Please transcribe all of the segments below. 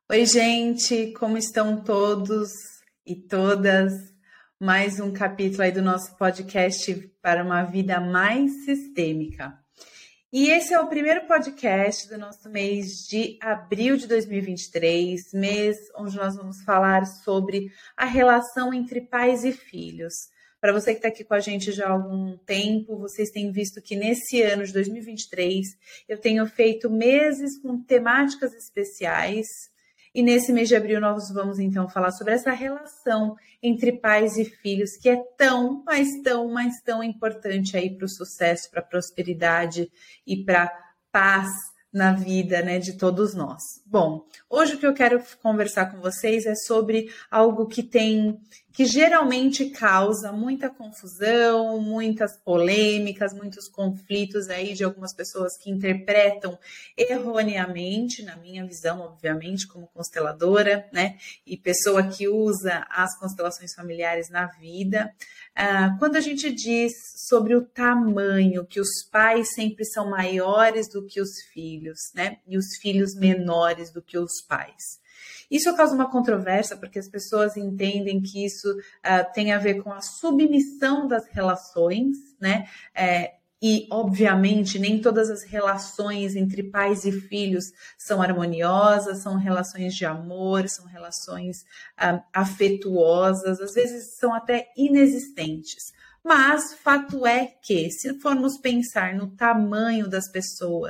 Oi, gente, como estão todos e todas? Mais um capítulo aí do nosso podcast para uma vida mais sistêmica. E esse é o primeiro podcast do nosso mês de abril de 2023, mês onde nós vamos falar sobre a relação entre pais e filhos. Para você que está aqui com a gente já há algum tempo, vocês têm visto que nesse ano de 2023 eu tenho feito meses com temáticas especiais. E nesse mês de abril nós vamos então falar sobre essa relação entre pais e filhos que é tão, mas tão importante aí para o sucesso, para a prosperidade e para a paz na vida, né, de todos nós. Bom, hoje o que eu quero conversar com vocês é sobre algo que geralmente causa muita confusão, muitas polêmicas, muitos conflitos aí de algumas pessoas que interpretam erroneamente, na minha visão, obviamente, como consteladora, né, e pessoa que usa as constelações familiares na vida. Quando a gente diz sobre o tamanho, que os pais sempre são maiores do que os filhos, né? E os filhos menores do que os pais. Isso causa uma controvérsia, porque as pessoas entendem que isso tem a ver com a submissão das relações, né? E, obviamente, nem todas as relações entre pais e filhos são harmoniosas, são relações de amor, são relações afetuosas, às vezes são até inexistentes. Mas fato é que, se formos pensar no tamanho das pessoas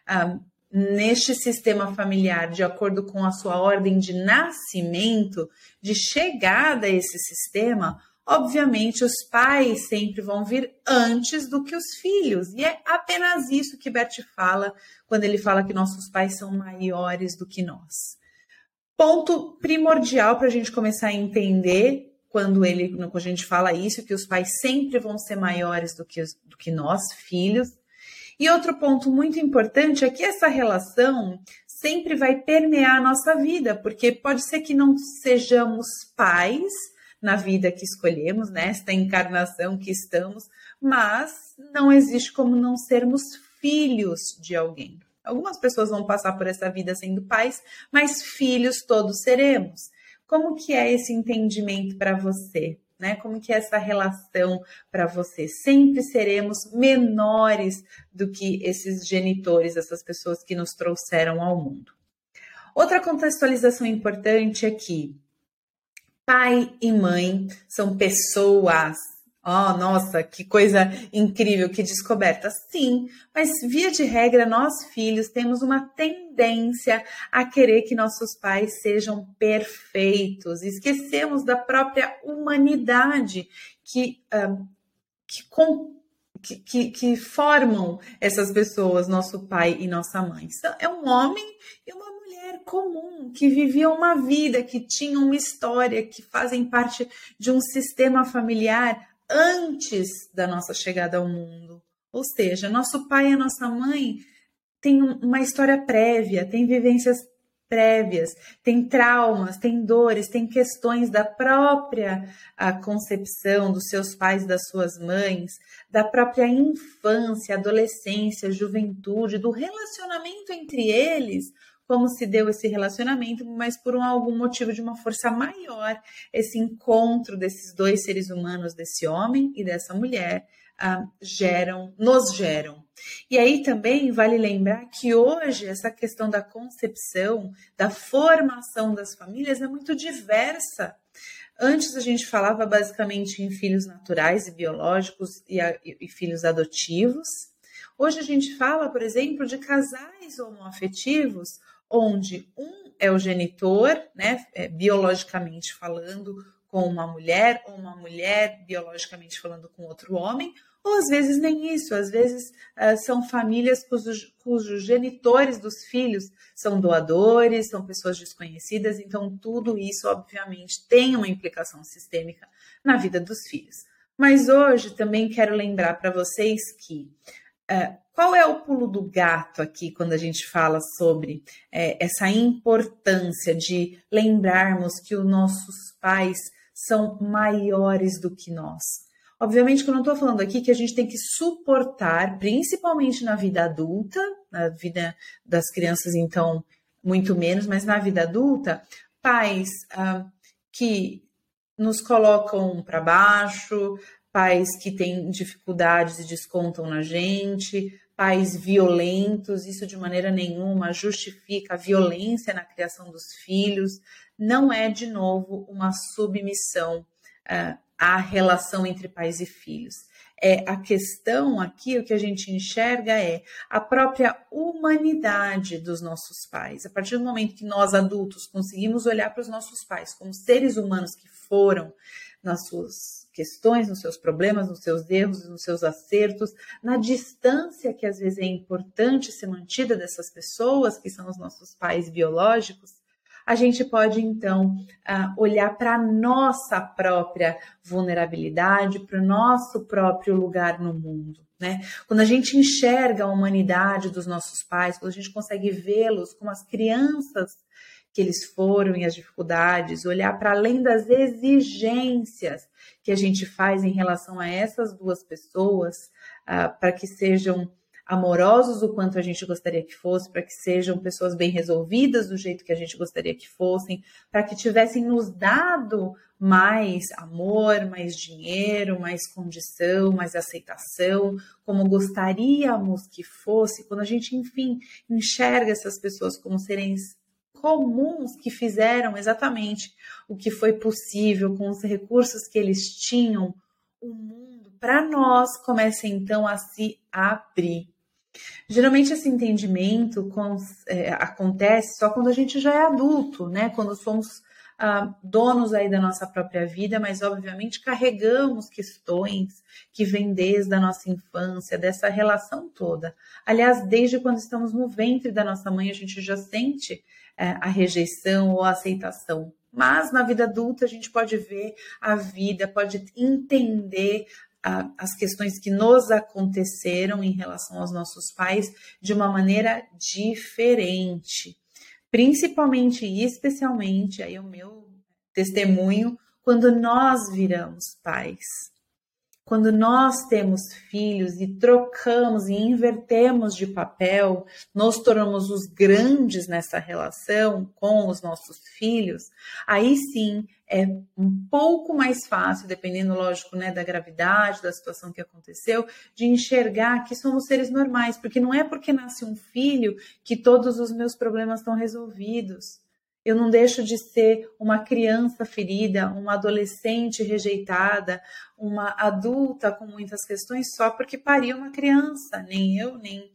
neste sistema familiar, de acordo com a sua ordem de nascimento, de chegada a esse sistema, obviamente os pais sempre vão vir antes do que os filhos. E é apenas isso que Bert fala quando ele fala que nossos pais são maiores do que nós. Ponto primordial para a gente começar a entender quando a gente fala isso, que os pais sempre vão ser maiores do que nós, filhos. E outro ponto muito importante é que essa relação sempre vai permear a nossa vida, porque pode ser que não sejamos pais na vida que escolhemos, nesta encarnação que estamos, mas não existe como não sermos filhos de alguém. Algumas pessoas vão passar por essa vida sendo pais, mas filhos todos seremos. Como que é esse entendimento para você? Né? Como que é essa relação para você? Sempre seremos menores do que esses genitores, essas pessoas que nos trouxeram ao mundo. Outra contextualização importante é que pai e mãe são pessoas. Oh, nossa, que coisa incrível, que descoberta. Sim, mas via de regra, nós filhos temos uma tendência a querer que nossos pais sejam perfeitos. Esquecemos da própria humanidade que formam essas pessoas, nosso pai e nossa mãe. É um homem e uma mulher comum, que viviam uma vida, que tinham uma história, que fazem parte de um sistema familiar antes da nossa chegada ao mundo. Ou seja, nosso pai e a nossa mãe têm uma história prévia, têm vivências prévias, tem traumas, tem dores, tem questões da própria concepção dos seus pais e das suas mães, da própria infância, adolescência, juventude, do relacionamento entre eles, como se deu esse relacionamento, mas por algum motivo de uma força maior, esse encontro desses dois seres humanos, desse homem e dessa mulher, nos geram. E aí também vale lembrar que hoje essa questão da concepção, da formação das famílias é muito diversa. Antes a gente falava basicamente em filhos naturais e biológicos e filhos adotivos. Hoje a gente fala, por exemplo, de casais homoafetivos, onde um é o genitor, né, biologicamente falando, com uma mulher, ou uma mulher biologicamente falando com outro homem, ou às vezes nem isso, às vezes são famílias cujos genitores dos filhos são doadores, são pessoas desconhecidas, então tudo isso obviamente tem uma implicação sistêmica na vida dos filhos. Mas hoje também quero lembrar para vocês que qual é o pulo do gato aqui quando a gente fala sobre essa importância de lembrarmos que os nossos pais são maiores do que nós? Obviamente que eu não estou falando aqui que a gente tem que suportar, principalmente na vida adulta, na vida das crianças, então, muito menos, mas na vida adulta, pais que nos colocam para baixo, pais que têm dificuldades e descontam na gente, pais violentos, isso de maneira nenhuma justifica a violência na criação dos filhos, não é, de novo, uma submissão à relação entre pais e filhos. A questão aqui, o que a gente enxerga é a própria humanidade dos nossos pais. A partir do momento que nós, adultos, conseguimos olhar para os nossos pais como seres humanos que foram nas suas questões, nos seus problemas, nos seus erros, nos seus acertos, na distância que às vezes é importante ser mantida dessas pessoas, que são os nossos pais biológicos, a gente pode, então, olhar para a nossa própria vulnerabilidade, para o nosso próprio lugar no mundo, né? Quando a gente enxerga a humanidade dos nossos pais, quando a gente consegue vê-los como as crianças que eles foram e as dificuldades, olhar para além das exigências que a gente faz em relação a essas duas pessoas, para que sejam amorosos o quanto a gente gostaria que fosse, para que sejam pessoas bem resolvidas do jeito que a gente gostaria que fossem, para que tivessem nos dado mais amor, mais dinheiro, mais condição, mais aceitação, como gostaríamos que fosse, quando a gente, enfim, enxerga essas pessoas como seres comuns que fizeram exatamente o que foi possível com os recursos que eles tinham, o mundo, para nós, começa então a se abrir. Geralmente esse entendimento acontece só quando a gente já é adulto, né? Quando somos donos aí da nossa própria vida, mas obviamente carregamos questões que vêm desde a nossa infância, dessa relação toda. Aliás, desde quando estamos no ventre da nossa mãe, a gente já sente a rejeição ou a aceitação. Mas na vida adulta a gente pode ver a vida, pode entender as questões que nos aconteceram em relação aos nossos pais de uma maneira diferente. Principalmente e especialmente, aí o meu testemunho, quando nós viramos pais. Quando nós temos filhos e trocamos e invertemos de papel, nos tornamos os grandes nessa relação com os nossos filhos, aí sim é um pouco mais fácil, dependendo, lógico, né, da gravidade, da situação que aconteceu, de enxergar que somos seres normais, porque não é porque nasce um filho que todos os meus problemas estão resolvidos. Eu não deixo de ser uma criança ferida, uma adolescente rejeitada, uma adulta com muitas questões só porque pariu uma criança, nem eu, nem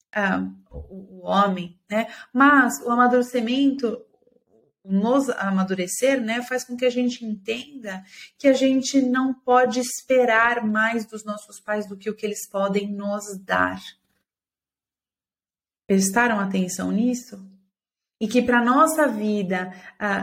o homem, né? Mas o amadurecimento, nos amadurecer, né, faz com que a gente entenda que a gente não pode esperar mais dos nossos pais do que o que eles podem nos dar. Prestaram atenção nisso? E que para a nossa vida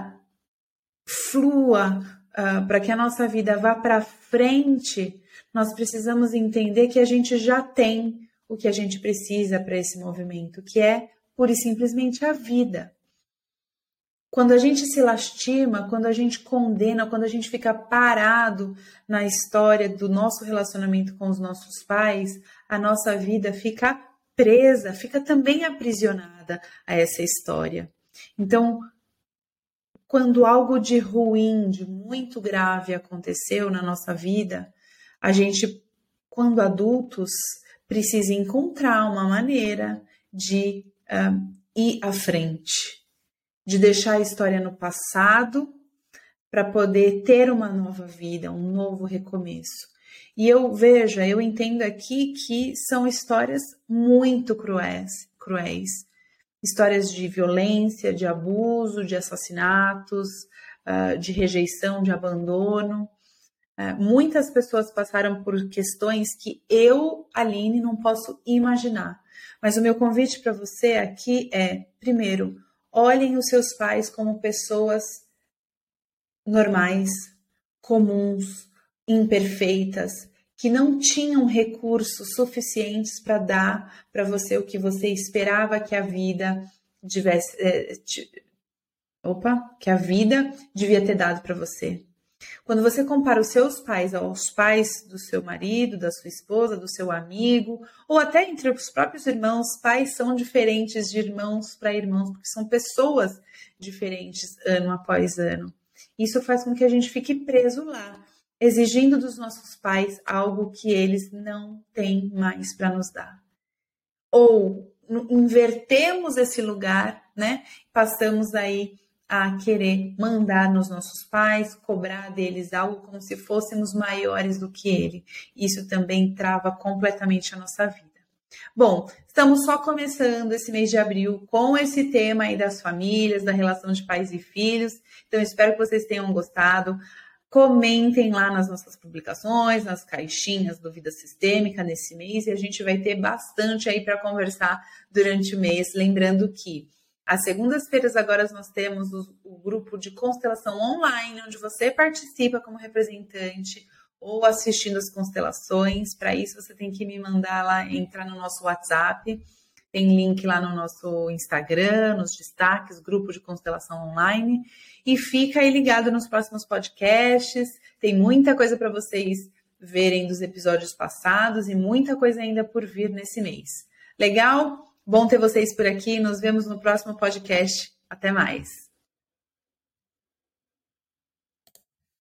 flua, para que a nossa vida vá para frente, nós precisamos entender que a gente já tem o que a gente precisa para esse movimento, que é pura e simplesmente a vida. Quando a gente se lastima, quando a gente condena, quando a gente fica parado na história do nosso relacionamento com os nossos pais, a nossa vida fica presa, fica também aprisionada a essa história. Então, quando algo de ruim, de muito grave aconteceu na nossa vida, a gente, quando adultos, precisa encontrar uma maneira de ir à frente, de deixar a história no passado para poder ter uma nova vida, um novo recomeço. E eu entendo aqui que são histórias muito cruéis. Histórias de violência, de abuso, de assassinatos, de rejeição, de abandono. Muitas pessoas passaram por questões que eu, Aline, não posso imaginar. Mas o meu convite para você aqui é, primeiro, olhem os seus pais como pessoas normais, comuns, imperfeitas, que não tinham recursos suficientes para dar para você o que você esperava que a vida que a vida devia ter dado para você. Quando você compara os seus pais aos pais do seu marido, da sua esposa, do seu amigo, ou até entre os próprios irmãos, pais são diferentes de irmãos para irmãos, porque são pessoas diferentes ano após ano. Isso faz com que a gente fique preso lá, exigindo dos nossos pais algo que eles não têm mais para nos dar. Ou invertemos esse lugar, né? Passamos aí a querer mandar nos nossos pais, cobrar deles algo como se fôssemos maiores do que ele. Isso também trava completamente a nossa vida. Bom, estamos só começando esse mês de abril com esse tema aí das famílias, da relação de pais e filhos. Então, espero que vocês tenham gostado. Comentem lá nas nossas publicações, nas caixinhas do Vida Sistêmica nesse mês, e a gente vai ter bastante aí para conversar durante o mês. Lembrando que às segundas-feiras agora nós temos o grupo de constelação online, onde você participa como representante ou assistindo as constelações. Para isso você tem que me mandar lá, entrar no nosso WhatsApp. Tem link lá no nosso Instagram, nos destaques, grupo de constelação online. E fica aí ligado nos próximos podcasts. Tem muita coisa para vocês verem dos episódios passados e muita coisa ainda por vir nesse mês. Legal? Bom ter vocês por aqui. Nos vemos no próximo podcast. Até mais.